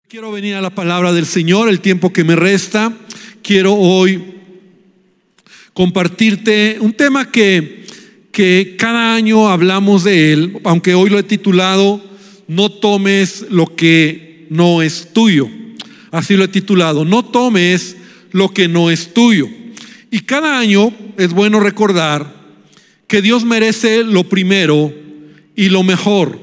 Quiero venir a la palabra del Señor, el tiempo que me resta. Quiero hoy compartirte un tema que cada año hablamos de él, aunque hoy lo he titulado No tomes lo que no es tuyo. Así lo he titulado, no tomes lo que no es tuyo. Y cada año es bueno recordar que Dios merece lo primero y lo mejor.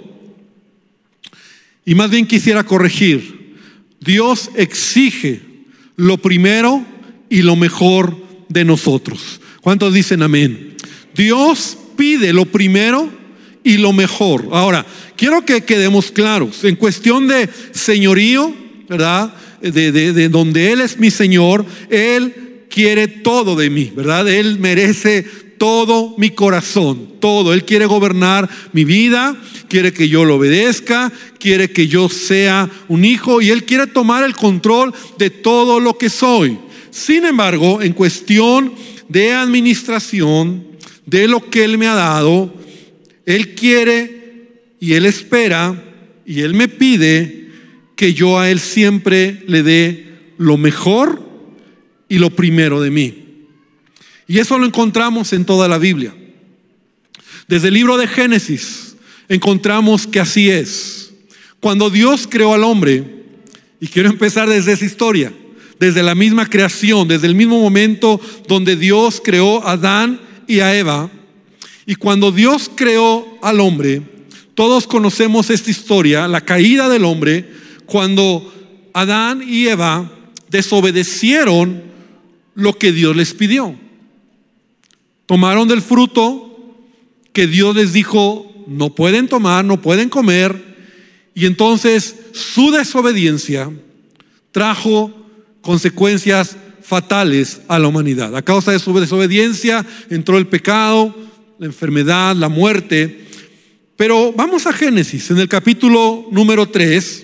Y más bien quisiera corregir. Dios exige lo primero y lo mejor de nosotros. ¿Cuántos dicen amén? Dios pide lo primero y lo mejor. Ahora, quiero que quedemos claros. En cuestión de señorío, ¿verdad? De donde Él es mi Señor, Él quiere todo de mí, ¿verdad? Él merece todo mi corazón, todo. Él quiere gobernar mi vida, quiere que yo lo obedezca, quiere que yo sea un hijo y Él quiere tomar el control de todo lo que soy. Sin embargo, en cuestión de administración, de lo que Él me ha dado, Él quiere y Él espera y Él me pide que yo a Él siempre le dé lo mejor y lo primero de mí. Y eso lo encontramos en toda la Biblia. Desde el libro de Génesis encontramos que así es. Cuando Dios creó al hombre, y quiero empezar desde esa historia, desde la misma creación, desde el mismo momento donde Dios creó a Adán y a Eva. Y cuando Dios creó al hombre, todos conocemos esta historia, la caída del hombre, cuando Adán y Eva desobedecieron lo que Dios les pidió. Tomaron del fruto que Dios les dijo no pueden tomar, no pueden comer, y entonces su desobediencia trajo consecuencias fatales a la humanidad. A causa de su desobediencia entró el pecado, la enfermedad, la muerte. Pero vamos a Génesis, en el capítulo número 3,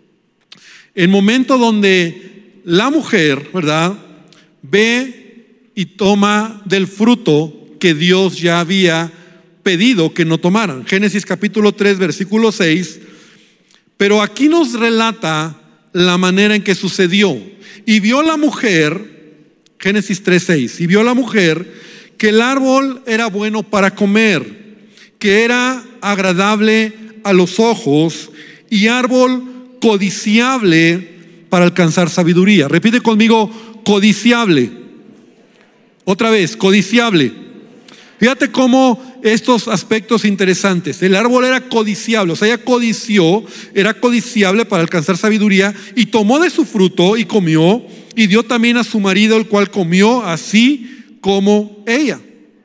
el momento donde la mujer, ¿verdad?, ve y toma del fruto que Dios ya había pedido que no tomaran. Génesis capítulo 3, versículo 6. Pero aquí nos relata la manera en que sucedió. Y vio la mujer, Génesis 3, 6, y vio la mujer que el árbol era bueno para comer, que era agradable a los ojos y árbol codiciable para alcanzar sabiduría. Repite conmigo, codiciable. Otra vez, codiciable. Fíjate cómo estos aspectos interesantes. El árbol era codiciable, o sea, ella codició, era codiciable para alcanzar sabiduría, y tomó de su fruto y comió, y dio también a su marido, el cual comió así como ella.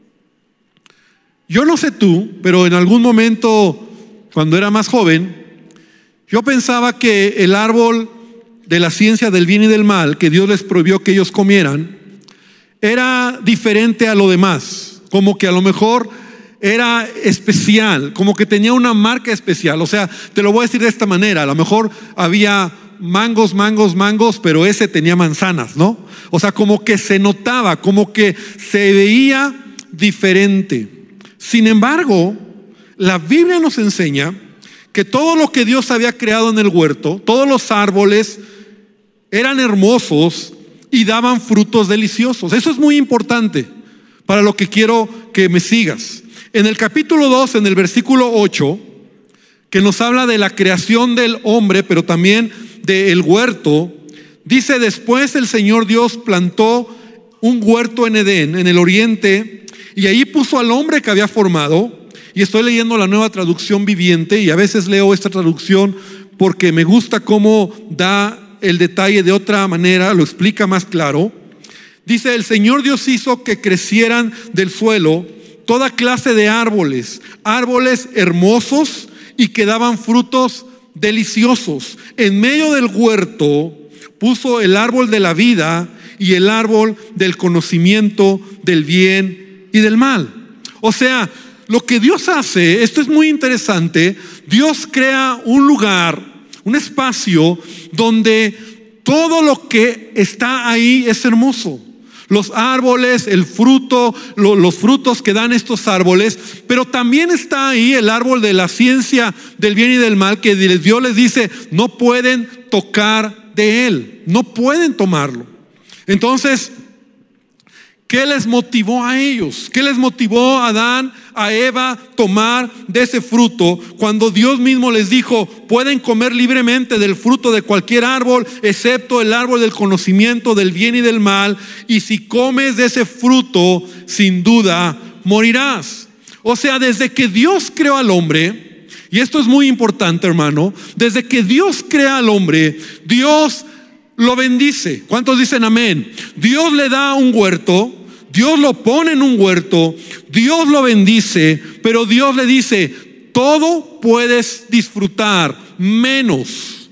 Yo no sé tú, pero en algún momento, cuando era más joven, yo pensaba que el árbol de la ciencia del bien y del mal, que Dios les prohibió que ellos comieran, era diferente a lo demás, como que a lo mejor era especial, como que tenía una marca especial. O sea, te lo voy a decir de esta manera, a lo mejor había mangos, pero ese tenía manzanas, ¿no? O sea, como que se notaba, como que se veía diferente. Sin embargo, la Biblia nos enseña que todo lo que Dios había creado en el huerto, todos los árboles eran hermosos y daban frutos deliciosos. Eso es muy importante para lo que quiero que me sigas. En el capítulo 2, en el versículo 8, que nos habla de la creación del hombre, pero también del huerto, dice: después el Señor Dios plantó un huerto en Edén, en el oriente, y ahí puso al hombre que había formado. Y estoy leyendo la Nueva Traducción Viviente, y a veces leo esta traducción porque me gusta cómo da el detalle de otra manera, lo explica más claro. Dice: el Señor Dios hizo que crecieran del suelo toda clase de árboles, árboles hermosos y que daban frutos deliciosos. En medio del huerto puso el árbol de la vida y el árbol del conocimiento del bien y del mal. O sea, lo que Dios hace, esto es muy interesante, Dios crea un lugar, un espacio donde todo lo que está ahí es hermoso. los árboles, el fruto, los frutos que dan estos árboles, pero también está ahí el árbol de la ciencia del bien y del mal, que Dios les dice, no pueden tocar de él, no pueden tomarlo. Entonces, ¿qué les motivó a ellos? ¿Qué les motivó a Adán, a Eva tomar de ese fruto cuando Dios mismo les dijo, pueden comer libremente del fruto de cualquier árbol, excepto el árbol del conocimiento del bien y del mal, y si comes de ese fruto, sin duda morirás? O sea, desde que Dios creó al hombre, y esto es muy importante, hermano, desde que Dios crea al hombre, Dios lo bendice. ¿Cuántos dicen amén? Dios le da un huerto, Dios lo pone en un huerto, Dios lo bendice, pero Dios le dice, todo puedes disfrutar, menos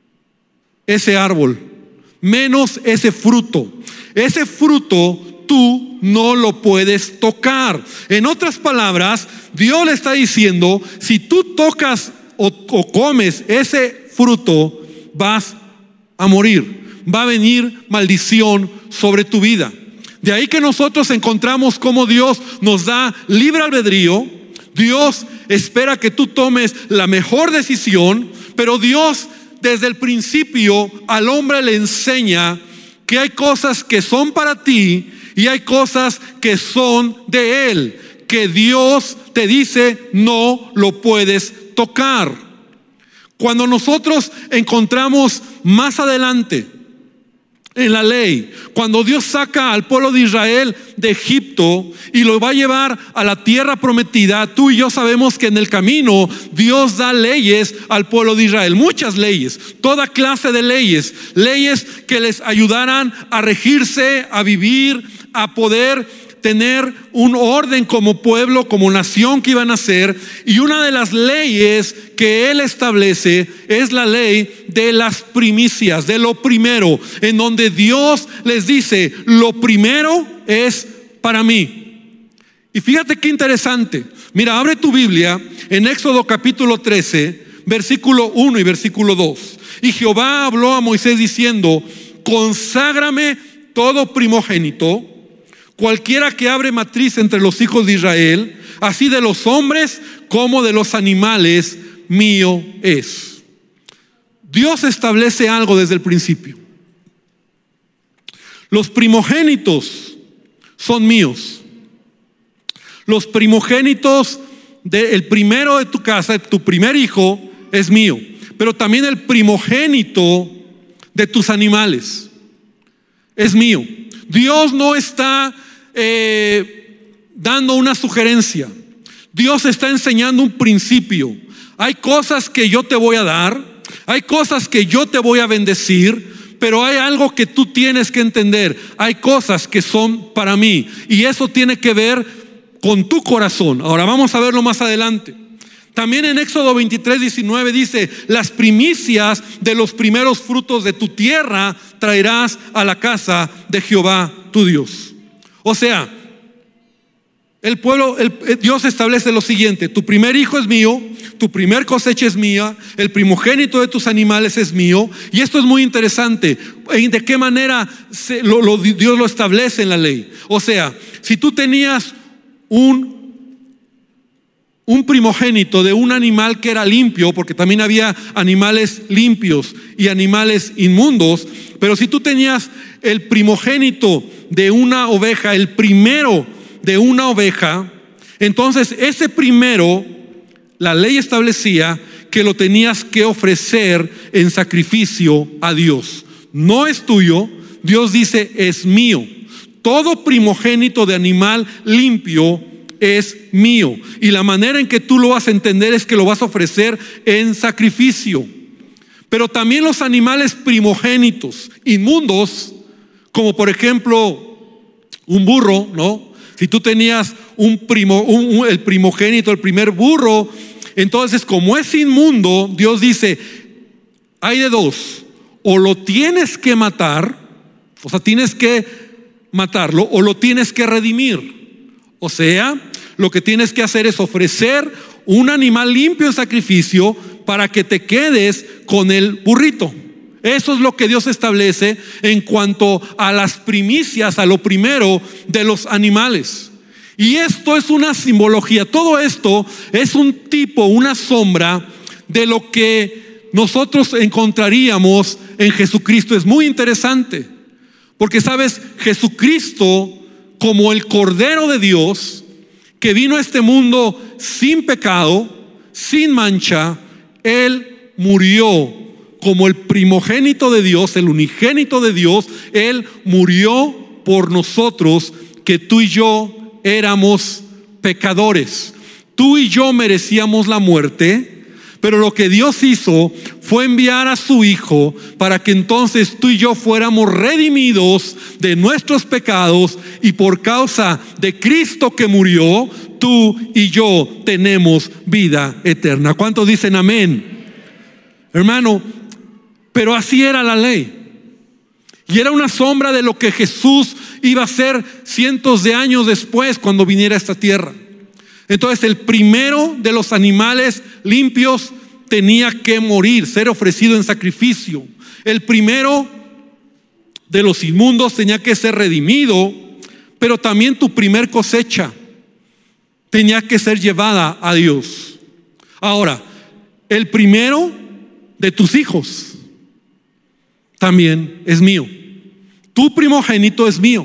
ese árbol, menos ese fruto. Ese fruto tú no lo puedes tocar. En otras palabras, Dios le está diciendo, si tú tocas o comes ese fruto, vas a morir, va a venir maldición sobre tu vida. De ahí que nosotros encontramos cómo Dios nos da libre albedrío. Dios espera que tú tomes la mejor decisión, pero Dios desde el principio al hombre le enseña que hay cosas que son para ti y hay cosas que son de Él, que Dios te dice no lo puedes tocar. Cuando nosotros encontramos más adelante en la ley, cuando Dios saca al pueblo de Israel de Egipto y lo va a llevar a la tierra prometida, tú y yo sabemos que en el camino Dios da leyes al pueblo de Israel, muchas leyes, toda clase de leyes, leyes que les ayudaran a regirse, a vivir, a poder tener un orden como pueblo, como nación que iban a ser. Y una de las leyes que Él establece es la ley de las primicias, de lo primero, en donde Dios les dice, lo primero es para mí. Y fíjate qué interesante. Mira, abre tu Biblia en Éxodo capítulo 13, versículo 1 y versículo 2. Y Jehová habló a Moisés diciendo, conságrame todo primogénito, cualquiera que abre matriz entre los hijos de Israel, así de los hombres como de los animales, mío es. Dios establece algo desde el principio. Los primogénitos son míos. Los primogénitos del primero de tu casa, tu primer hijo, es mío. Pero también el primogénito de tus animales es mío. Dios no está dando una sugerencia. Dios está enseñando un principio. Hay cosas que yo te voy a dar, hay cosas que yo te voy a bendecir, pero hay algo que tú tienes que entender. Hay cosas que son para mí y eso tiene que ver con tu corazón. Ahora vamos a verlo más adelante. También en Éxodo 23:19 dice, las primicias de los primeros frutos de tu tierra traerás a la casa de Jehová tu Dios. O sea, Dios establece lo siguiente: tu primer hijo es mío, tu primer cosecha es mía, el primogénito de tus animales es mío. Y esto es muy interesante. ¿De qué manera Dios lo establece en la ley? O sea, si tú tenías un primogénito de un animal que era limpio, porque también había animales limpios y animales inmundos, pero si tú tenías el primogénito de una oveja, el primero de una oveja, entonces ese primero, la ley establecía que lo tenías que ofrecer en sacrificio a Dios. No es tuyo, Dios dice es mío. Todo primogénito de animal limpio es mío. Y la manera en que tú lo vas a entender es que lo vas a ofrecer en sacrificio. Pero también los animales primogénitos inmundos, como por ejemplo un burro, ¿no? Si tú tenías el primogénito, el primer burro, entonces como es inmundo, Dios dice, hay de dos: o lo tienes que matar, o sea, tienes que matarlo, o lo tienes que redimir. O sea, lo que tienes que hacer es ofrecer un animal limpio en sacrificio para que te quedes con el burrito. Eso es lo que Dios establece en cuanto a las primicias, a lo primero de los animales. Y esto es una simbología, todo esto es un tipo, una sombra de lo que nosotros encontraríamos en Jesucristo. Es muy interesante, porque sabes, Jesucristo, como el Cordero de Dios, que vino a este mundo sin pecado, sin mancha, Él murió como el primogénito de Dios, el unigénito de Dios. Él murió por nosotros, que tú y yo éramos pecadores. Tú y yo merecíamos la muerte, pero lo que Dios hizo fue enviar a su Hijo para que entonces tú y yo fuéramos redimidos de nuestros pecados, y por causa de Cristo que murió, tú y yo tenemos vida eterna. ¿Cuántos dicen amén? Hermano, pero así era la ley. Y era una sombra de lo que Jesús iba a hacer cientos de años después, cuando viniera a esta tierra. Entonces, el primero de los animales limpios tenía que morir, ser ofrecido en sacrificio. El primero de los inmundos tenía que ser redimido, pero también tu primer cosecha tenía que ser llevada a Dios. Ahora, el primero de tus hijos también es mío. Tu primogénito es mío.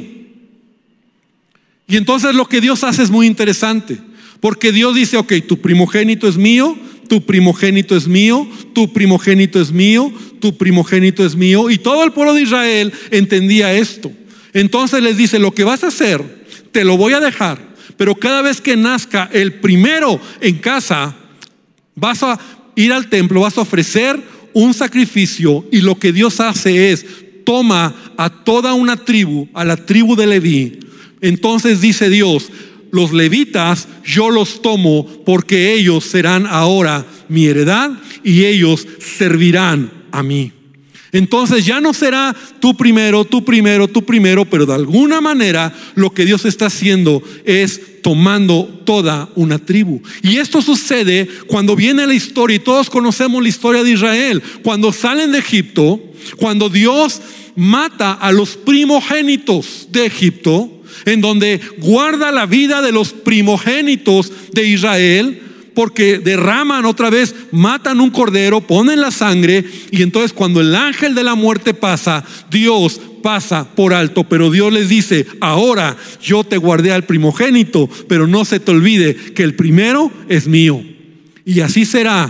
Y entonces lo que Dios hace es muy interesante, porque Dios dice, ok, tu primogénito es mío, tu primogénito es mío, tu primogénito es mío, tu primogénito es mío. Y todo el pueblo de Israel entendía esto. Entonces les dice, lo que vas a hacer, te lo voy a dejar, pero cada vez que nazca el primero en casa, vas a ir al templo, vas a ofrecer un sacrificio. Y lo que Dios hace es, toma a toda una tribu, a la tribu de Leví. Entonces dice Dios, los levitas yo los tomo, porque ellos serán ahora mi heredad y ellos servirán a mí. Entonces ya no será tú primero, pero de alguna manera lo que Dios está haciendo es tomando toda una tribu. Y esto sucede cuando viene la historia, y todos conocemos la historia de Israel. Cuando salen de Egipto, cuando Dios mata a los primogénitos de Egipto, en donde guarda la vida de los primogénitos de Israel, porque derraman otra vez, matan un cordero, ponen la sangre, y entonces cuando el ángel de la muerte pasa, Dios pasa por alto. Pero Dios les dice, ahora yo te guardé al primogénito, pero no se te olvide que el primero es mío. Y así será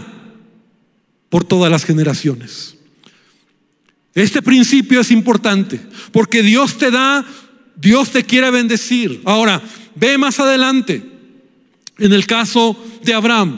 por todas las generaciones. Este principio es importante, porque Dios te da, Dios te quiere bendecir. Ahora, ve más adelante en el caso de Abraham.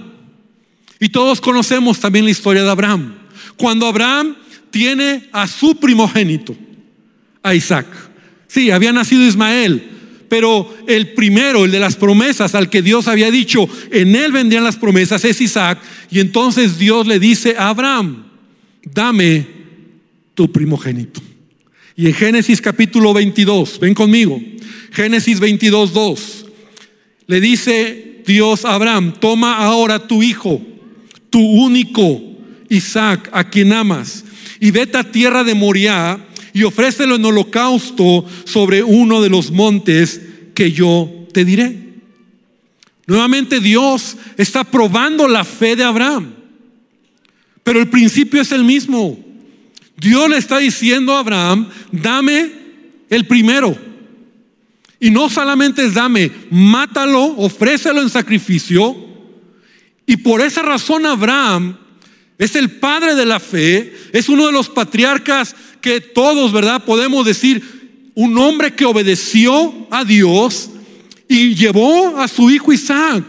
Y todos conocemos también la historia de Abraham. Cuando Abraham tiene a su primogénito, a Isaac. Sí, había nacido Ismael, pero el primero, el de las promesas, al que Dios había dicho, en él vendrían las promesas, es Isaac. Y entonces Dios le dice a Abraham, dame tu primogénito. Y en Génesis capítulo 22, ven conmigo, Génesis 22:2, le dice Dios a Abraham, toma ahora tu hijo, tu único Isaac, a quien amas, y vete a tierra de Moriah y ofrécelo en holocausto sobre uno de los montes que yo te diré. Nuevamente Dios está probando la fe de Abraham, pero el principio es el mismo. Dios le está diciendo a Abraham, dame el primero. Y no solamente es dame, mátalo, ofrécelo en sacrificio. Y por esa razón Abraham es el padre de la fe, es uno de los patriarcas que todos, ¿verdad?, podemos decir, un hombre que obedeció a Dios y llevó a su hijo Isaac.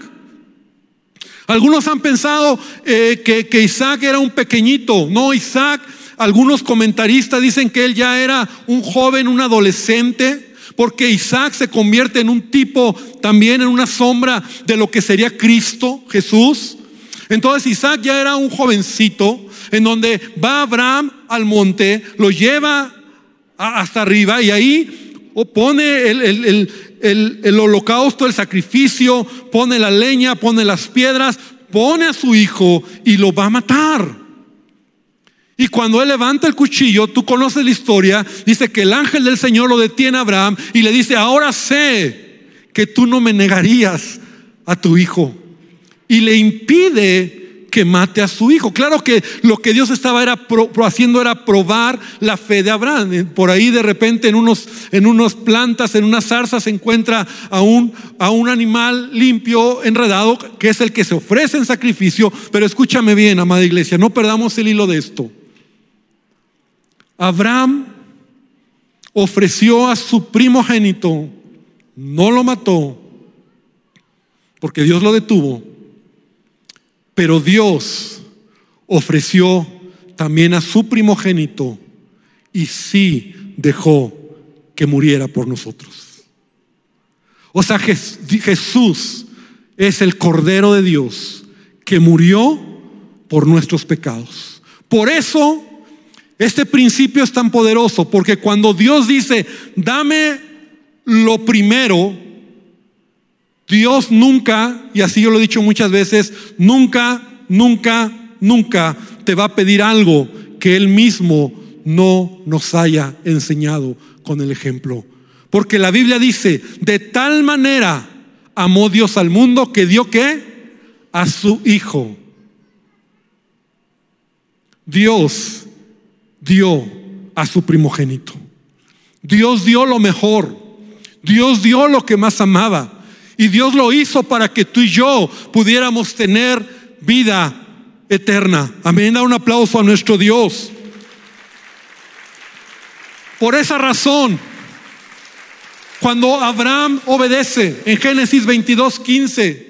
Algunos han pensado que Isaac era un pequeñito. No, Isaac, algunos comentaristas dicen que él ya era un joven, un adolescente, porque Isaac se convierte en un tipo, también en una sombra de lo que sería Cristo, Jesús. Entonces Isaac ya era un jovencito, en donde va Abraham al monte, lo lleva hasta arriba, y ahí pone el holocausto, el sacrificio, pone la leña, pone las piedras, pone a su hijo y lo va a matar. Y cuando él levanta el cuchillo, tú conoces la historia, dice que el ángel del Señor lo detiene a Abraham y le dice: ahora sé que tú no me negarías a tu hijo. Y le impide que mate a su hijo. Claro que lo que Dios estaba haciendo era probar la fe de Abraham. Por ahí de repente en unas plantas, en unas zarzas, se encuentra a un animal limpio, enredado, que es el que se ofrece en sacrificio. Pero escúchame bien, amada iglesia, no perdamos el hilo de esto. Abraham ofreció a su primogénito, no lo mató, porque Dios lo detuvo, pero Dios ofreció también a su primogénito y sí dejó que muriera por nosotros. O sea, Jesús es el Cordero de Dios que murió por nuestros pecados. Por eso este principio es tan poderoso, porque cuando Dios dice: dame lo primero, Dios nunca, y así yo lo he dicho muchas veces, nunca te va a pedir algo que Él mismo no nos haya enseñado con el ejemplo. Porque la Biblia dice: de tal manera amó Dios al mundo que dio ¿qué? A su Hijo. Dios dio a su primogénito. Dios dio lo mejor. Dios dio lo que más amaba. Y Dios lo hizo para que tú y yo pudiéramos tener vida eterna. Amén. Da un aplauso a nuestro Dios. Por esa razón, cuando Abraham obedece, en Génesis 22:15,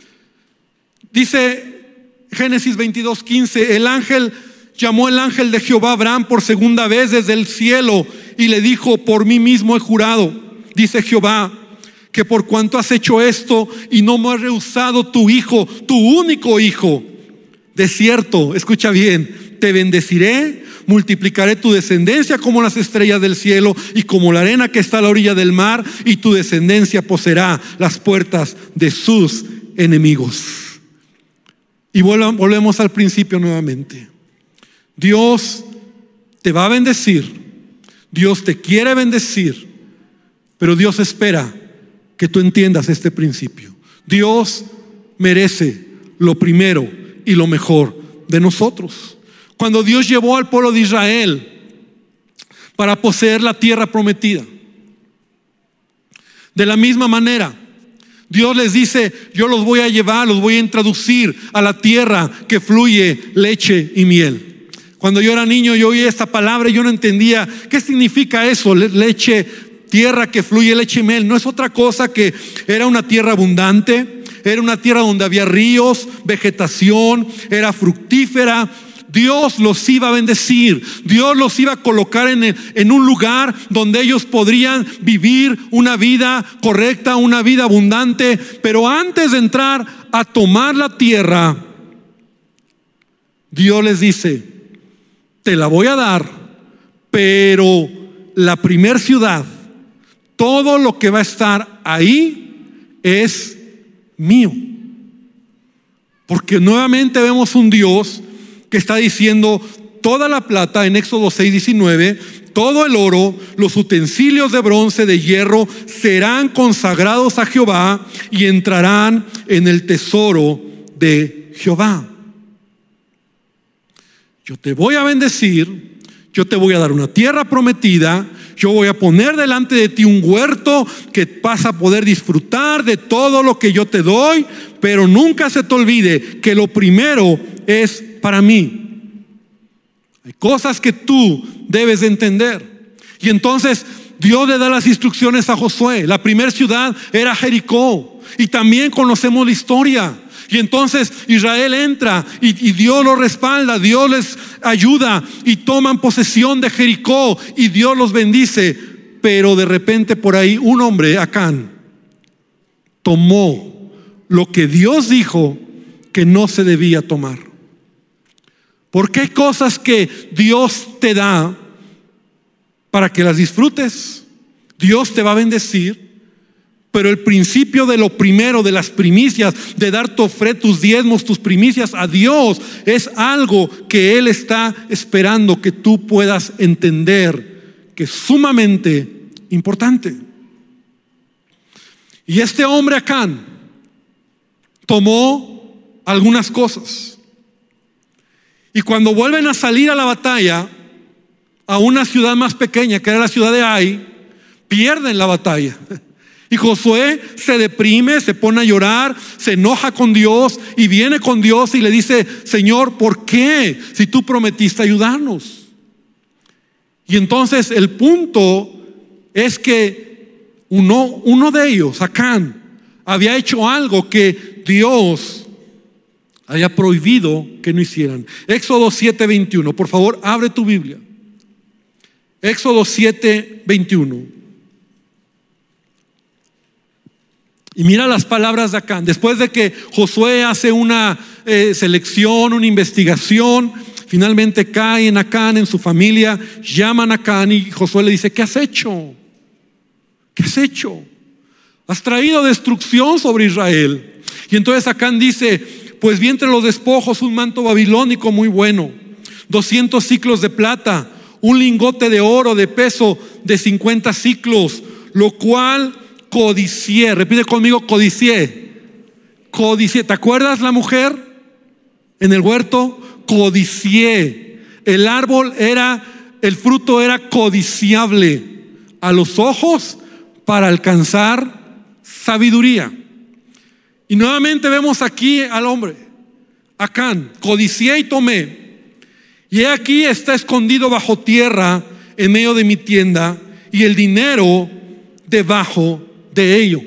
dice Génesis 22:15, llamó el ángel de Jehová a Abraham por segunda vez desde el cielo y le dijo: por mí mismo he jurado, dice Jehová, que por cuanto has hecho esto y no me has rehusado tu hijo, tu único hijo, de cierto, escucha bien, te bendeciré, multiplicaré tu descendencia como las estrellas del cielo y como la arena que está a la orilla del mar, y tu descendencia poseerá las puertas de sus enemigos. Y volvemos al principio nuevamente. Dios te va a bendecir, Dios te quiere bendecir, pero Dios espera que tú entiendas este principio. Dios merece lo primero y lo mejor de nosotros. Cuando Dios llevó al pueblo de Israel para poseer la tierra prometida, de la misma manera Dios les dice: yo los voy a llevar, los voy a introducir a la tierra que fluye leche y miel. Cuando yo era niño, yo oí esta palabra y yo no entendía qué significa eso, leche, tierra que fluye leche y miel. No es otra cosa que era una tierra abundante, era una tierra donde había ríos, vegetación, era fructífera. Dios los iba a bendecir, Dios los iba a colocar en un lugar donde ellos podrían vivir una vida correcta, una vida abundante. Pero antes de entrar a tomar la tierra, Dios les dice: te la voy a dar, pero la primer ciudad, todo lo que va a estar ahí es mío. Porque nuevamente vemos un Dios que está diciendo: toda la plata, en Éxodo 6:19, todo el oro, los utensilios de bronce, de hierro, serán consagrados a Jehová y entrarán en el tesoro de Jehová. Yo te voy a bendecir, yo te voy a dar una tierra prometida, yo voy a poner delante de ti un huerto que vas a poder disfrutar de todo lo que yo te doy, pero nunca se te olvide que lo primero es para mí. Hay cosas que tú debes de entender. Y entonces Dios le da las instrucciones a Josué. La primera ciudad era Jericó, y también conocemos la historia. Y entonces Israel entra y Dios los respalda, Dios les ayuda y toman posesión de Jericó y Dios los bendice. Pero de repente por ahí un hombre, Acán, tomó lo que Dios dijo que no se debía tomar. Porque hay cosas que Dios te da para que las disfrutes. Dios te va a bendecir, Pero el principio de lo primero, de las primicias, de dar tu ofrenda, tus diezmos, tus primicias a Dios, es algo que Él está esperando que tú puedas entender, que es sumamente importante. Y este hombre Acán tomó algunas cosas. Y cuando vuelven a salir a la batalla, a una ciudad más pequeña, que era la ciudad de Ai, pierden la batalla. Y Josué se deprime, se pone a llorar, se enoja con Dios y viene con Dios y le dice: Señor, ¿por qué? Si tú prometiste ayudarnos. Y entonces el punto es que uno de ellos, Acán, había hecho algo que Dios había prohibido que no hicieran. Éxodo 7:21, por favor, abre tu Biblia. Éxodo 7:21. Y mira las palabras de Acán. Después de que Josué hace una selección, una investigación, finalmente caen Acán en su familia, llaman a Acán y Josué le dice: ¿qué has hecho? ¿Qué has hecho? Has traído destrucción sobre Israel. Y entonces Acán dice: pues vi entre los despojos un manto babilónico muy bueno, 200 siclos de plata, un lingote de oro de peso de 50 siclos, lo cual codicié. Repite conmigo: codicié. Codicié. ¿Te acuerdas la mujer en el huerto? Codicié. El árbol el fruto era codiciable a los ojos para alcanzar sabiduría. Y nuevamente vemos aquí al hombre Acán: codicié y tomé. Y he aquí está escondido bajo tierra en medio de mi tienda, y el dinero debajo de ello.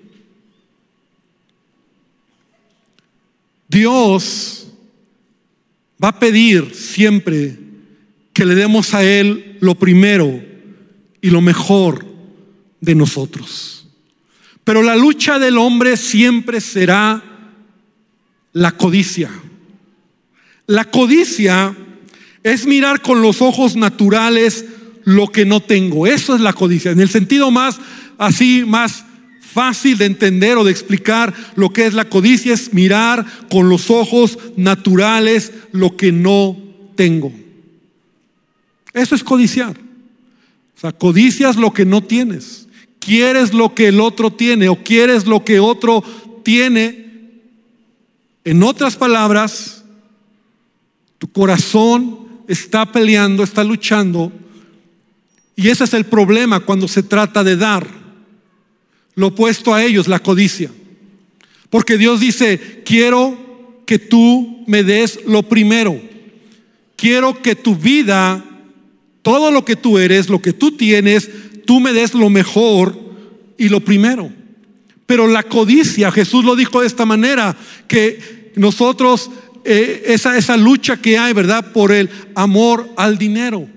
Dios va a pedir siempre que le demos a Él lo primero y lo mejor de nosotros. Pero la lucha del hombre siempre será la codicia. La codicia es mirar con los ojos naturales lo que no tengo. Eso es la codicia. En el sentido más fácil de entender o de explicar lo que es la codicia, es mirar con los ojos naturales lo que no tengo. Eso es codiciar. O sea, codicias lo que no tienes. Quieres lo que el otro tiene o quieres lo que otro tiene. En otras palabras, tu corazón está peleando, está luchando. Y ese es el problema cuando se trata de dar. Lo opuesto a ellos, la codicia. Porque Dios dice: quiero que tú me des lo primero. Quiero que tu vida, todo lo que tú eres, lo que tú tienes, tú me des lo mejor y lo primero. Pero la codicia, Jesús lo dijo de esta manera, que nosotros, esa lucha que hay, ¿verdad?, por el amor al dinero.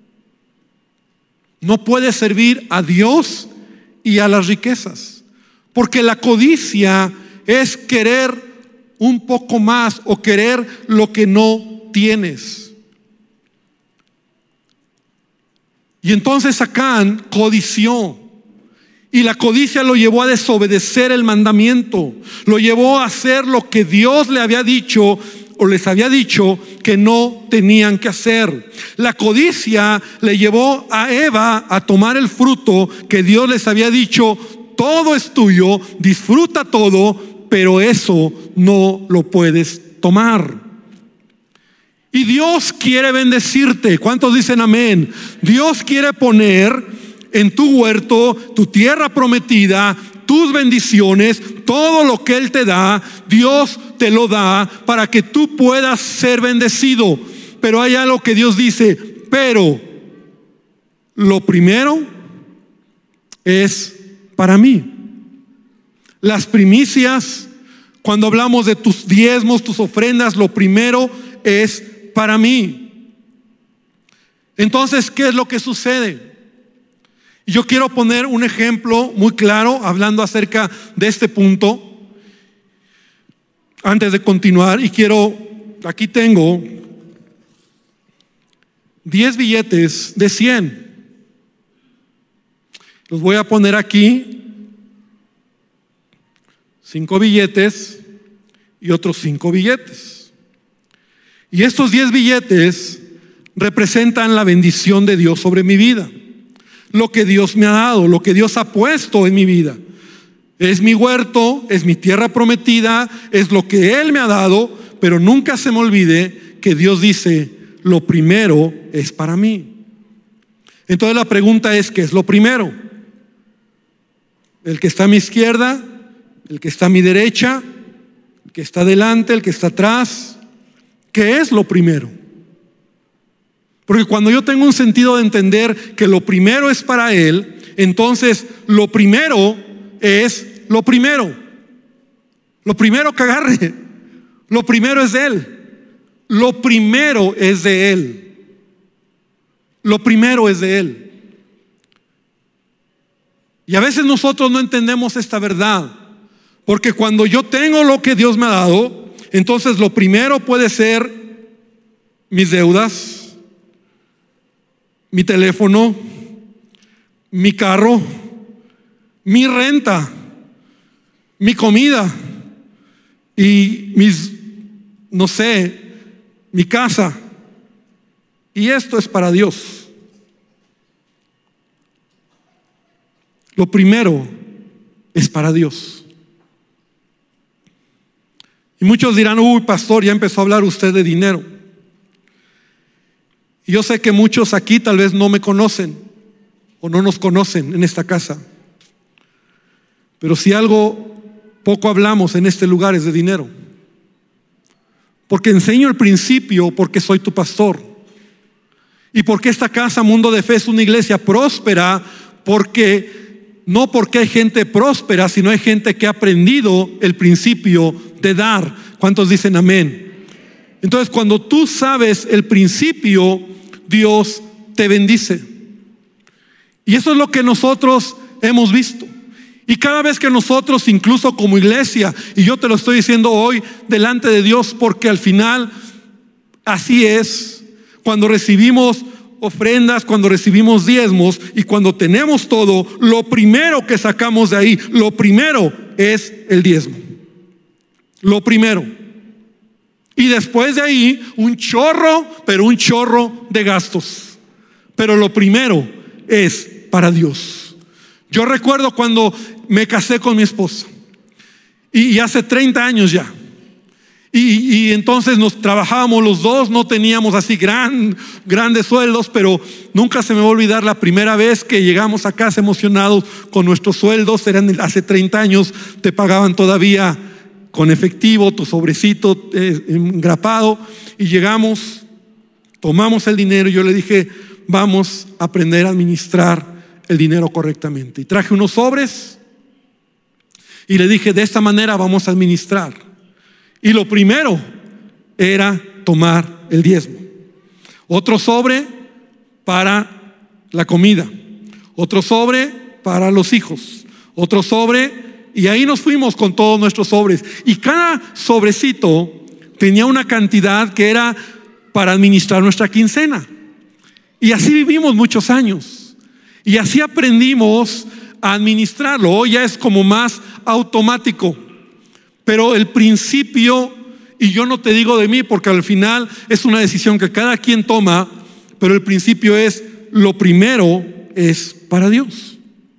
No puede servir a Dios y a las riquezas, porque la codicia es querer un poco más o querer lo que no tienes. Y entonces Acán codició, y la codicia lo llevó a desobedecer el mandamiento, lo llevó a hacer lo que Dios le había dicho o les había dicho que no tenían que hacer. La codicia le llevó a Eva a tomar el fruto que Dios les había dicho: todo es tuyo, disfruta todo, pero eso no lo puedes tomar. Y Dios quiere bendecirte. ¿Cuántos dicen amén? Dios quiere poner en tu huerto, tu tierra prometida, tus bendiciones, todo lo que Él te da. Dios te lo da para que tú puedas ser bendecido. Pero hay algo que Dios dice: pero lo primero es para mí. Las primicias, cuando hablamos de tus diezmos, tus ofrendas, lo primero es para mí. Entonces, ¿qué es lo que sucede? Yo quiero poner un ejemplo muy claro hablando acerca de este punto antes de continuar. Y aquí tengo 10 billetes de 100. Los voy a poner aquí. 5 billetes y otros 5 billetes. Y estos 10 billetes representan la bendición de Dios sobre mi vida. Lo que Dios me ha dado, lo que Dios ha puesto en mi vida. Es mi huerto, es mi tierra prometida, es lo que Él me ha dado, pero nunca se me olvide que Dios dice, lo primero es para mí. Entonces la pregunta es, ¿qué es lo primero? ¿El que está a mi izquierda? ¿El que está a mi derecha? ¿El que está delante? ¿El que está atrás? ¿Qué es lo primero? Porque cuando yo tengo un sentido de entender que lo primero es para Él, entonces lo primero es lo primero. Lo primero que agarre, lo primero es de Él. Lo primero es de Él. Lo primero es de Él. Y a veces nosotros no entendemos esta verdad, porque cuando yo tengo lo que Dios me ha dado, entonces lo primero puede ser mis deudas, mi teléfono, mi carro, mi renta, mi comida y no sé, mi casa. Y esto es para Dios. Lo primero es para Dios. Y muchos dirán, uy, pastor, ya empezó a hablar usted de dinero. Y yo sé que muchos aquí tal vez no me conocen o no nos conocen en esta casa. Pero si algo poco hablamos en este lugar es de dinero. Porque enseño el principio, porque soy tu pastor. Y porque esta casa, Mundo de Fe, es una iglesia próspera, no porque hay gente próspera, sino hay gente que ha aprendido el principio de dar. ¿Cuántos dicen amén? Entonces, cuando tú sabes el principio, Dios te bendice. Y eso es lo que nosotros hemos visto. Y cada vez que nosotros, incluso como iglesia, y yo te lo estoy diciendo hoy delante de Dios, porque al final así es, cuando recibimos ofrendas, cuando recibimos diezmos y cuando tenemos todo, lo primero que sacamos de ahí, lo primero es el diezmo. Lo primero. Y después de ahí, un chorro de gastos. Pero lo primero es para Dios. Yo recuerdo cuando me casé con mi esposa, y hace 30 años ya. Y entonces nos trabajábamos los dos, no teníamos así grandes sueldos, pero nunca se me va a olvidar la primera vez que llegamos a casa emocionados con nuestros sueldos. Hace 30 años, te pagaban todavía con efectivo, tu sobrecito engrapado, y llegamos, tomamos el dinero y yo le dije, vamos a aprender a administrar el dinero correctamente. Y traje unos sobres y le dije, de esta manera vamos a administrar. Y lo primero era tomar el diezmo. Otro sobre para la comida, otro sobre para los hijos, otro sobre, y ahí nos fuimos con todos nuestros sobres. Y cada sobrecito tenía una cantidad que era para administrar nuestra quincena. Y así vivimos muchos años. Y así aprendimos a administrarlo. Hoy ya es como más automático. Pero el principio, y yo no te digo de mí porque al final es una decisión que cada quien toma, pero el principio es, lo primero es para Dios.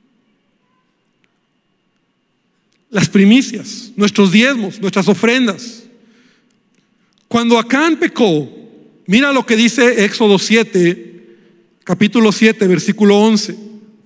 Las primicias, nuestros diezmos, nuestras ofrendas. Cuando Acán pecó, mira lo que dice Éxodo 7, capítulo 7, versículo 11.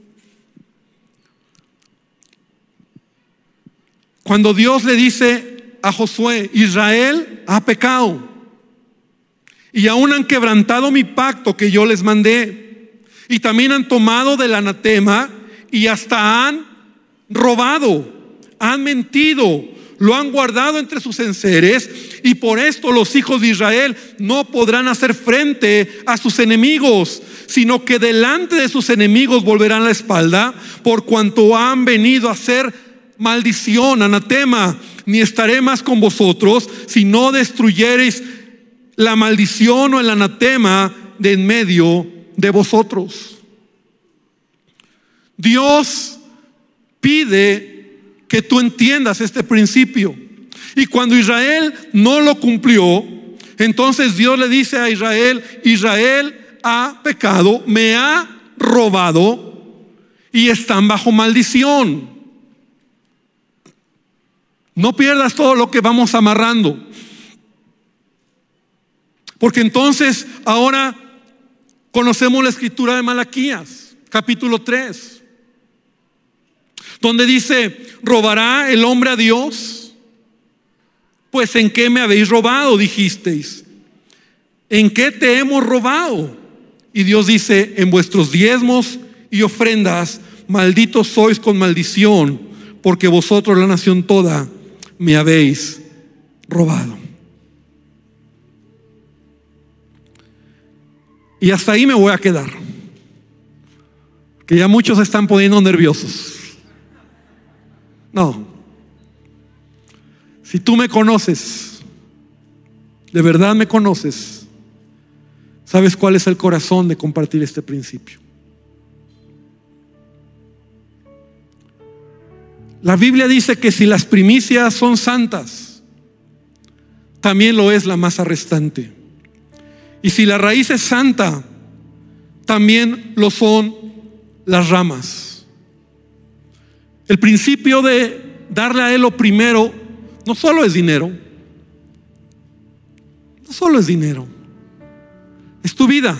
Cuando Dios le dice a Josué, Israel ha pecado y aún han quebrantado mi pacto que yo les mandé, y también han tomado del anatema y hasta han robado, han mentido, lo han guardado entre sus enseres, y por esto los hijos de Israel no podrán hacer frente a sus enemigos, sino que delante de sus enemigos volverán la espalda, por cuanto han venido a hacer maldición, anatema, ni estaré más con vosotros si no destruyereis la maldición o el anatema de en medio de vosotros. Dios pide que tú entiendas este principio. Y cuando Israel no lo cumplió, entonces Dios le dice a Israel: Israel ha pecado, me ha robado y están bajo maldición. No pierdas todo lo que vamos amarrando, porque entonces ahora conocemos la escritura de Malaquías, capítulo 3, donde dice: ¿robará el hombre a Dios? Pues ¿en qué me habéis robado?, dijisteis. ¿En qué te hemos robado? Y Dios dice: en vuestros diezmos y ofrendas, malditos sois con maldición, porque vosotros, la nación toda, me habéis robado. Y hasta ahí me voy a quedar, que ya muchos se están poniendo nerviosos. No, si tú me conoces, de verdad me conoces, sabes cuál es el corazón de compartir este principio. La Biblia dice que si las primicias son santas, también lo es la masa restante. Y si la raíz es santa, también lo son las ramas. El principio de darle a Él lo primero no solo es dinero, no solo es dinero, es tu vida,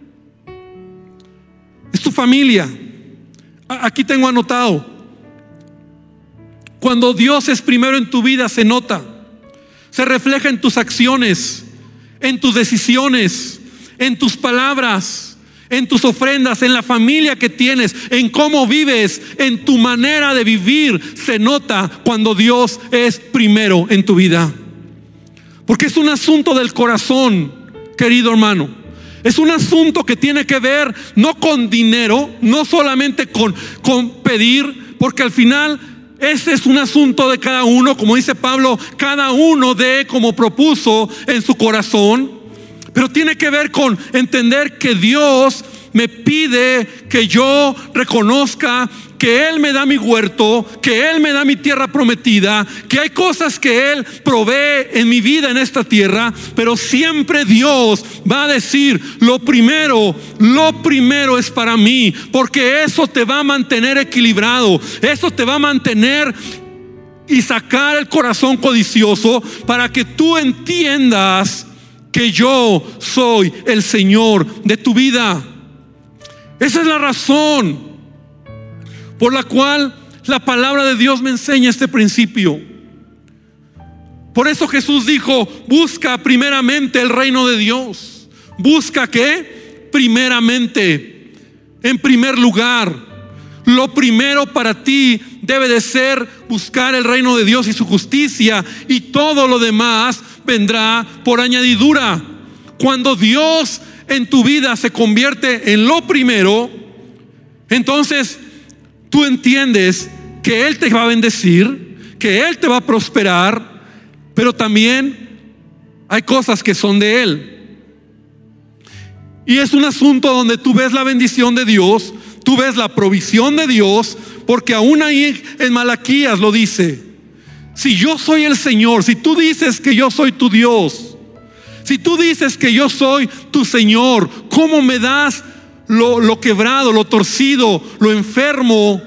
es tu familia. Aquí tengo anotado: cuando Dios es primero en tu vida, se nota, se refleja en tus acciones, en tus decisiones, en tus palabras, en tus ofrendas, en la familia que tienes, en cómo vives, en tu manera de vivir. Se nota cuando Dios es primero en tu vida, porque es un asunto del corazón, querido hermano. Es un asunto que tiene que ver no con dinero, no solamente con pedir, porque al final ese es un asunto de cada uno. Como dice Pablo, cada uno dé como propuso en su corazón. Pero tiene que ver con entender que Dios me pide que yo reconozca que Él me da mi huerto, que Él me da mi tierra prometida, que hay cosas que Él provee en mi vida en esta tierra, pero siempre Dios va a decir: lo primero es para mí, porque eso te va a mantener equilibrado, eso te va a mantener y sacar el corazón codicioso, para que tú entiendas que yo soy el Señor de tu vida. Esa es la razón por la cual la palabra de Dios me enseña este principio. Por eso Jesús dijo: busca primeramente el reino de Dios. ¿Busca qué? Primeramente, en primer lugar. Lo primero para ti debe de ser buscar el reino de Dios y su justicia, y todo lo demás vendrá por añadidura. Cuando Dios en tu vida se convierte en lo primero, entonces tú entiendes que Él te va a bendecir, que Él te va a prosperar, pero también hay cosas que son de Él. Y es un asunto donde tú ves la bendición de Dios, tú ves la provisión de Dios, porque aún ahí en Malaquías lo dice: si yo soy el Señor, si tú dices que yo soy tu Dios, si tú dices que yo soy tu Señor, ¿cómo me das lo quebrado, lo torcido, lo enfermo?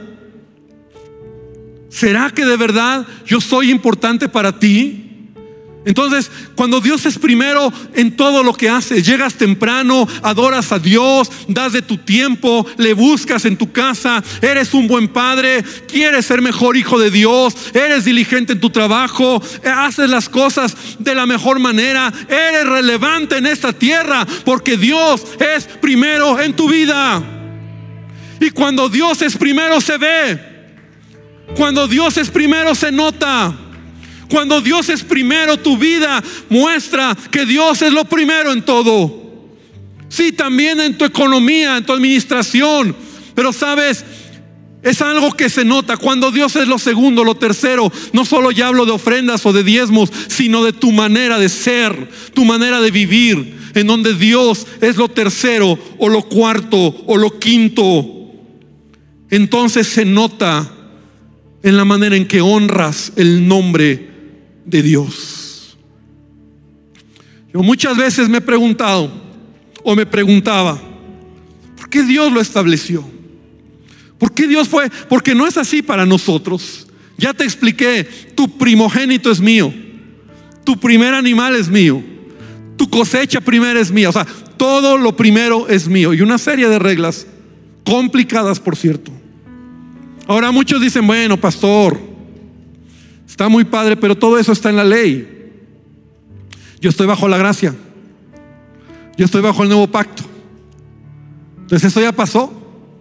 ¿Será que de verdad yo soy importante para ti? Entonces, cuando Dios es primero en todo lo que haces, llegas temprano, adoras a Dios, das de tu tiempo, le buscas en tu casa, eres un buen padre, quieres ser mejor hijo de Dios, eres diligente en tu trabajo, haces las cosas de la mejor manera, eres relevante en esta tierra, porque Dios es primero en tu vida. Y cuando Dios es primero se ve, cuando Dios es primero se nota. Cuando Dios es primero, tu vida muestra que Dios es lo primero en todo. Sí, también en tu economía, en tu administración, pero sabes, es algo que se nota. Cuando Dios es lo segundo, lo tercero, no solo ya hablo de ofrendas o de diezmos, sino de tu manera de ser, tu manera de vivir, en donde Dios es lo tercero o lo cuarto o lo quinto. Entonces se nota en la manera en que honras el nombre de Dios. Yo muchas veces me he preguntado o me preguntaba, ¿por qué Dios lo estableció? ¿Por qué Dios fue? Porque no es así para nosotros. Ya te expliqué, tu primogénito es mío, tu primer animal es mío, tu cosecha primera es mía, o sea, todo lo primero es mío, y una serie de reglas complicadas, por cierto. Ahora muchos dicen, bueno, pastor, está muy padre, pero todo eso está en la ley. Yo estoy bajo la gracia, yo estoy bajo el nuevo pacto, entonces eso ya pasó.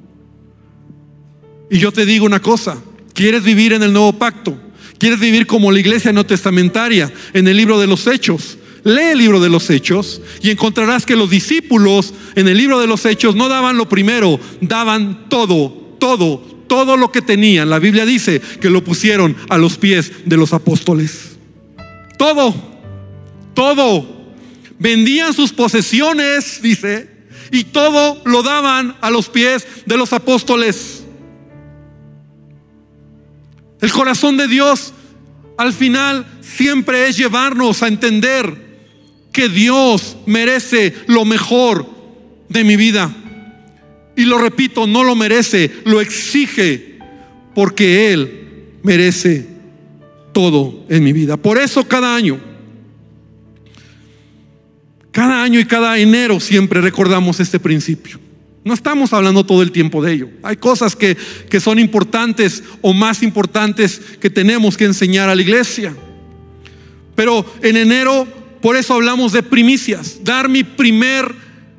Y yo te digo una cosa, ¿quieres vivir en el nuevo pacto? ¿Quieres vivir como la iglesia neotestamentaria en el libro de los Hechos? Lee el libro de los Hechos y encontrarás que los discípulos en el libro de los Hechos no daban lo primero, daban todo lo que tenían. La Biblia dice que lo pusieron a los pies de los apóstoles. Todo. Vendían sus posesiones, dice, y todo lo daban a los pies de los apóstoles. El corazón de Dios al final siempre es llevarnos a entender que Dios merece lo mejor de mi vida. Y lo repito, no lo merece, lo exige, porque Él merece todo en mi vida. Por eso cada año y cada enero siempre recordamos este principio. No estamos hablando todo el tiempo de ello. Hay cosas que son importantes o más importantes que tenemos que enseñar a la iglesia. Pero en enero, por eso hablamos de primicias. Dar mi primer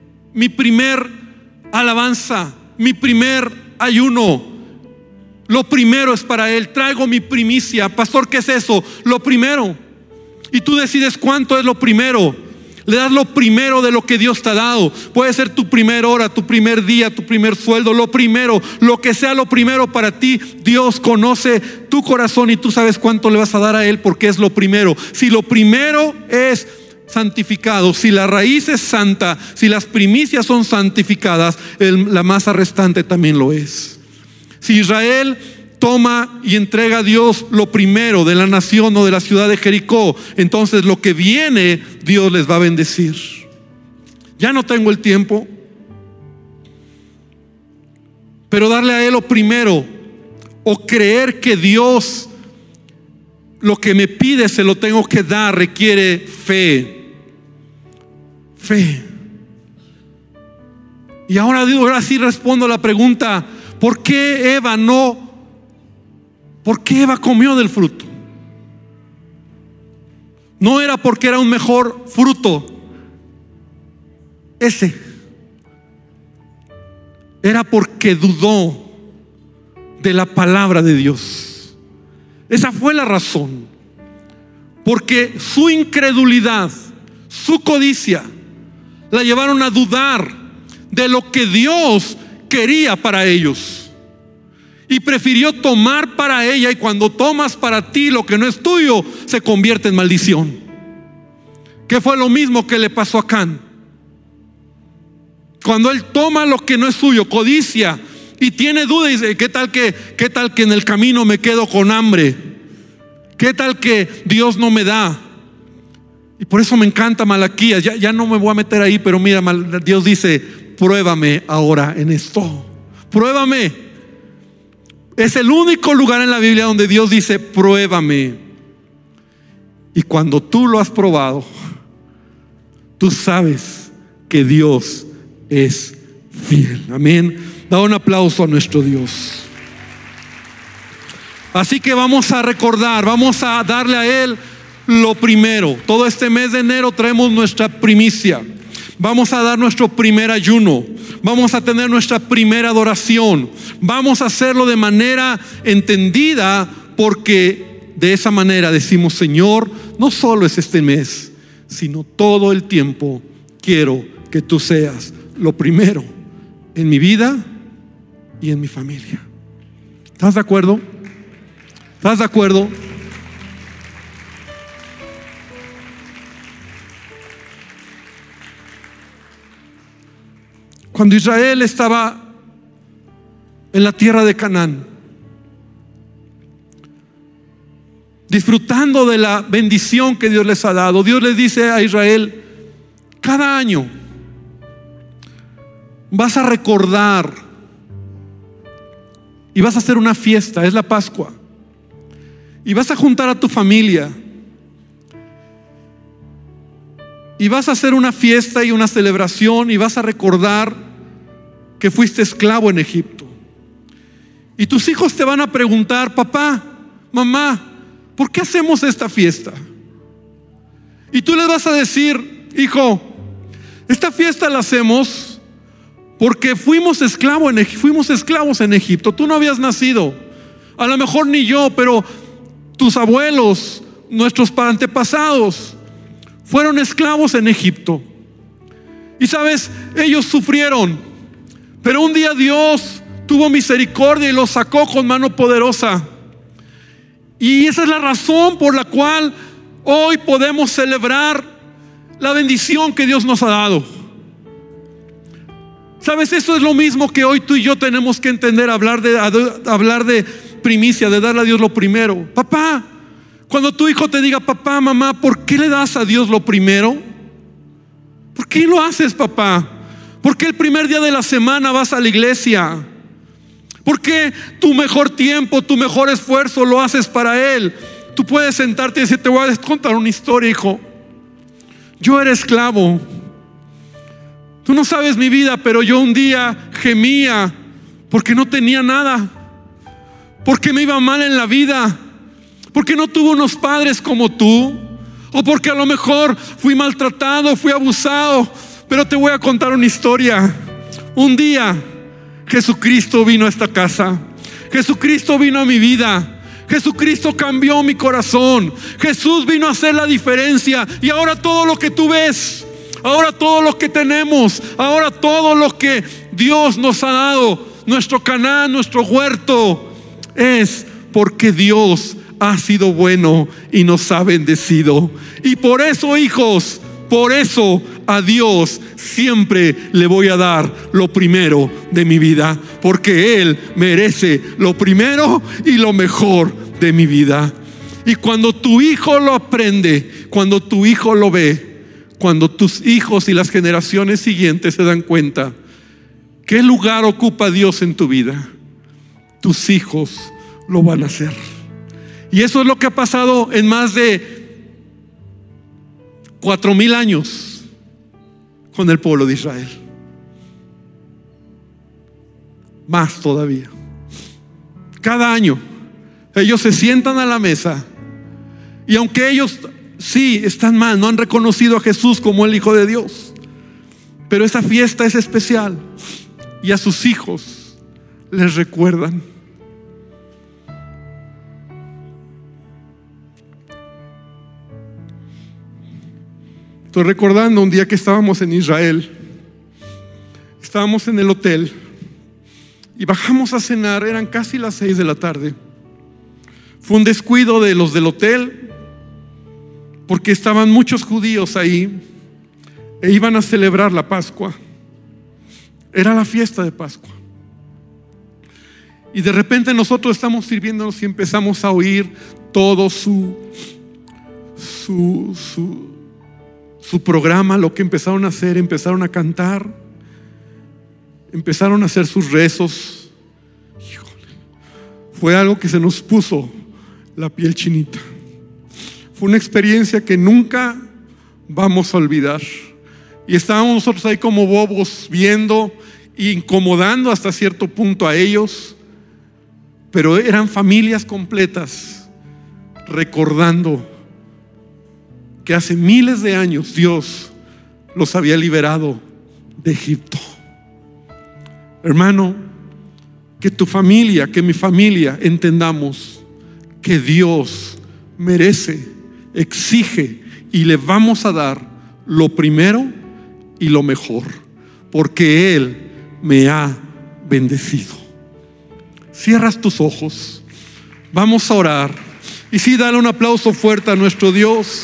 alabanza, mi primer ayuno. Lo primero es para Él. Traigo mi primicia. Pastor, ¿qué es eso? Lo primero. Y tú decides cuánto es lo primero. Le das lo primero de lo que Dios te ha dado. Puede ser tu primera hora, tu primer día, tu primer sueldo, lo primero, lo que sea lo primero para ti. Dios conoce tu corazón y tú sabes cuánto le vas a dar a Él porque es lo primero. Si lo primero es santificado, si la raíz es santa, si las primicias son santificadas, la masa restante también lo es. Si Israel toma y entrega a Dios lo primero de la nación o de la ciudad de Jericó, entonces lo que viene Dios les va a bendecir. Ya no tengo el tiempo, pero darle a Él lo primero o creer que Dios lo que me pide se lo tengo que dar requiere fe. Y ahora sí respondo a la pregunta, ¿por qué Eva comió del fruto? No era porque era un mejor fruto ese, era porque dudó de la palabra de Dios. Esa fue la razón, porque su incredulidad, su codicia la llevaron a dudar de lo que Dios quería para ellos. Y prefirió tomar para ella, y cuando tomas para ti lo que no es tuyo, se convierte en maldición. Que fue lo mismo que le pasó a Can. Cuando él toma lo que no es suyo, codicia, y tiene duda y dice, ¿qué tal que en el camino me quedo con hambre? ¿Qué tal que Dios no me da? Y por eso me encanta Malaquías. Ya no me voy a meter ahí, pero mira, Dios dice, pruébame ahora en esto. Pruébame. Es el único lugar en la Biblia donde Dios dice, pruébame. Y cuando tú lo has probado, tú sabes que Dios es fiel. Amén. Da un aplauso a nuestro Dios. Así que vamos a recordar, vamos a darle a Él lo primero. Todo este mes de enero traemos nuestra primicia. Vamos a dar nuestro primer ayuno. Vamos a tener nuestra primera adoración. Vamos a hacerlo de manera entendida, porque de esa manera decimos, Señor, no solo es este mes, sino todo el tiempo quiero que tú seas lo primero en mi vida y en mi familia. ¿Estás de acuerdo? ¿Estás de acuerdo? Cuando Israel estaba en la tierra de Canaán, disfrutando de la bendición que Dios les ha dado. Dios les dice a Israel: cada año vas a recordar y vas a hacer una fiesta, es la Pascua, y vas a juntar a tu familia y vas a hacer una fiesta y una celebración, y vas a recordar que fuiste esclavo en Egipto. Y tus hijos te van a preguntar: papá, mamá, ¿por qué hacemos esta fiesta? Y tú les vas a decir: hijo, esta fiesta la hacemos porque fuimos esclavos en Egipto. Tú no habías nacido, a lo mejor ni yo, pero tus abuelos, nuestros antepasados, fueron esclavos en Egipto. Y sabes, ellos sufrieron, pero un día Dios tuvo misericordia y los sacó con mano poderosa. Y esa es la razón por la cual hoy podemos celebrar la bendición que Dios nos ha dado. Sabes, eso es lo mismo que hoy tú y yo tenemos que entender, hablar de primicia, de darle a Dios lo primero. Papá, cuando tu hijo te diga: papá, mamá, ¿por qué le das a Dios lo primero? ¿Por qué lo haces, papá? ¿Por qué el primer día de la semana vas a la iglesia? ¿Por qué tu mejor tiempo, tu mejor esfuerzo lo haces para Él? Tú puedes sentarte y decir: te voy a contar una historia, hijo. Yo era esclavo. Tú no sabes mi vida, pero yo un día gemía porque no tenía nada, porque me iba mal en la vida, porque no tuve unos padres como tú, o porque a lo mejor fui maltratado, fui abusado. Pero te voy a contar una historia. Un día Jesucristo vino a esta casa, Jesucristo vino a mi vida, Jesucristo cambió mi corazón, Jesús vino a hacer la diferencia. Y ahora todo lo que tú ves, ahora todo lo que tenemos, ahora todo lo que Dios nos ha dado, nuestro Canaán, nuestro huerto, es porque Dios ha sido bueno y nos ha bendecido. Y por eso, hijos, por eso a Dios siempre le voy a dar lo primero de mi vida, porque Él merece lo primero y lo mejor de mi vida. Y cuando tu hijo lo aprende, cuando tu hijo lo ve, cuando tus hijos y las generaciones siguientes se dan cuenta qué lugar ocupa Dios en tu vida, tus hijos lo van a hacer. Y eso es lo que ha pasado en más de 4,000 años con el pueblo de Israel. Más todavía. Cada año ellos se sientan a la mesa, y aunque ellos sí están mal, no han reconocido a Jesús como el Hijo de Dios, pero esa fiesta es especial, y a sus hijos les recuerdan. Estoy recordando un día que estábamos en Israel, estábamos en el hotel y bajamos a cenar, eran casi las 6 de la tarde. Fue un descuido de los del hotel, porque estaban muchos judíos ahí e iban a celebrar la Pascua. Era la fiesta de Pascua. Y de repente nosotros estamos sirviéndonos y empezamos a oír todo su programa, lo que empezaron a hacer. Empezaron a cantar, empezaron a hacer sus rezos. Híjole, fue algo que se nos puso la piel chinita. Fue una experiencia que nunca vamos a olvidar. Y estábamos nosotros ahí como bobos viendo e incomodando hasta cierto punto a ellos, pero eran familias completas recordando que hace miles de años Dios los había liberado de Egipto. Hermano, que tu familia, que mi familia entendamos que Dios merece, exige y le vamos a dar lo primero y lo mejor, porque Él me ha bendecido. Cierras tus ojos, vamos a orar, y sí, dale un aplauso fuerte a nuestro Dios,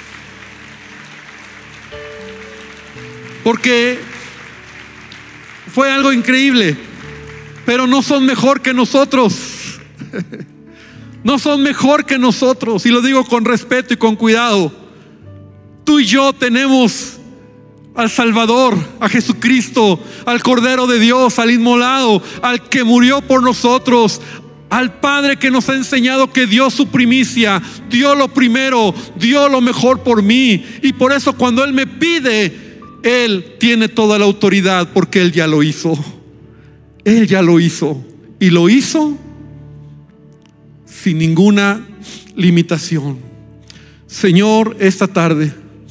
porque fue algo increíble. Pero no son mejor que nosotros. No son mejor que nosotros, y lo digo con respeto y con cuidado. Tú y yo tenemos al Salvador, a Jesucristo, al Cordero de Dios, al inmolado, al que murió por nosotros, al Padre que nos ha enseñado que dio su primicia, dio lo primero, dio lo mejor por mí. Y por eso cuando Él me pide, Él tiene toda la autoridad, porque Él ya lo hizo. Él ya lo hizo, y lo hizo sin ninguna limitación. Señor, esta tarde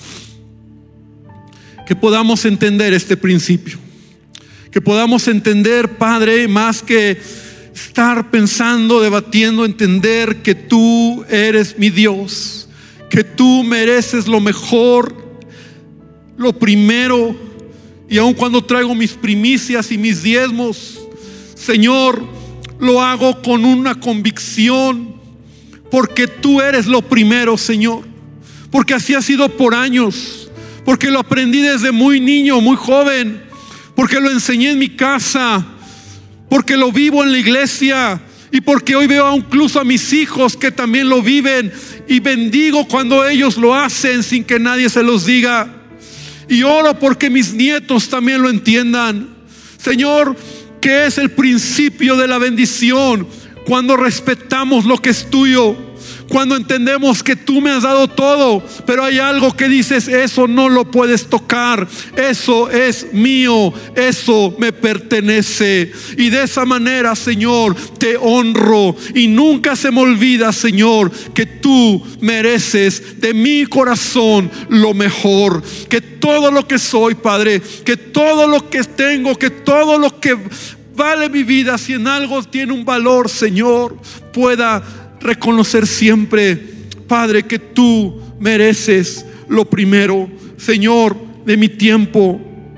que podamos entender este principio, que podamos entender, Padre, más que estar pensando, debatiendo, entender que tú eres mi Dios, que tú mereces lo mejor, lo primero. Y aun cuando traigo mis primicias y mis diezmos, Señor, lo hago con una convicción, porque tú eres lo primero, Señor, porque así ha sido por años, porque lo aprendí desde muy niño, muy joven, porque lo enseñé en mi casa, porque lo vivo en la iglesia, y porque hoy veo incluso a mis hijos que también lo viven, y bendigo cuando ellos lo hacen sin que nadie se los diga, y oro porque mis nietos también lo entiendan. Señor, que es el principio de la bendición cuando respetamos lo que es tuyo, cuando entendemos que tú me has dado todo, pero hay algo que dices: eso no lo puedes tocar, eso es mío, eso me pertenece. Y de esa manera, Señor, te honro, y nunca se me olvida, Señor, que tú mereces de mi corazón lo mejor, que todo lo que soy, Padre, que todo lo que tengo, que todo lo que vale mi vida, si en algo tiene un valor, Señor, pueda reconocer siempre, Padre, que tú mereces lo primero, Señor, de mi tiempo,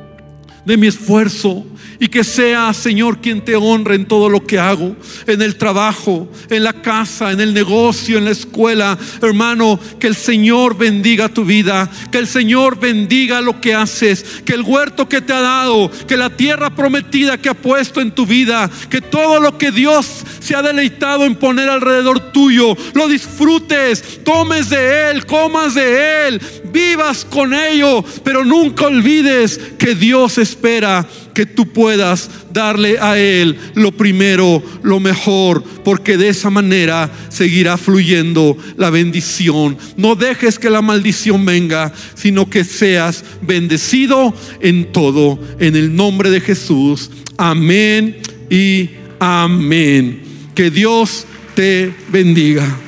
de mi esfuerzo. Y que sea, Señor, quien te honre en todo lo que hago, en el trabajo, en la casa, en el negocio, en la escuela. Hermano, que el Señor bendiga tu vida, que el Señor bendiga lo que haces, que el huerto que te ha dado, que la tierra prometida que ha puesto en tu vida, que todo lo que Dios se ha deleitado en poner alrededor tuyo, lo disfrutes, tomes de Él, comas de Él, vivas con ello, pero nunca olvides que Dios espera que tú puedas darle a Él lo primero, lo mejor, porque de esa manera seguirá fluyendo la bendición. No dejes que la maldición venga, sino que seas bendecido en todo, en el nombre de Jesús. Amén y amén. Que Dios te bendiga.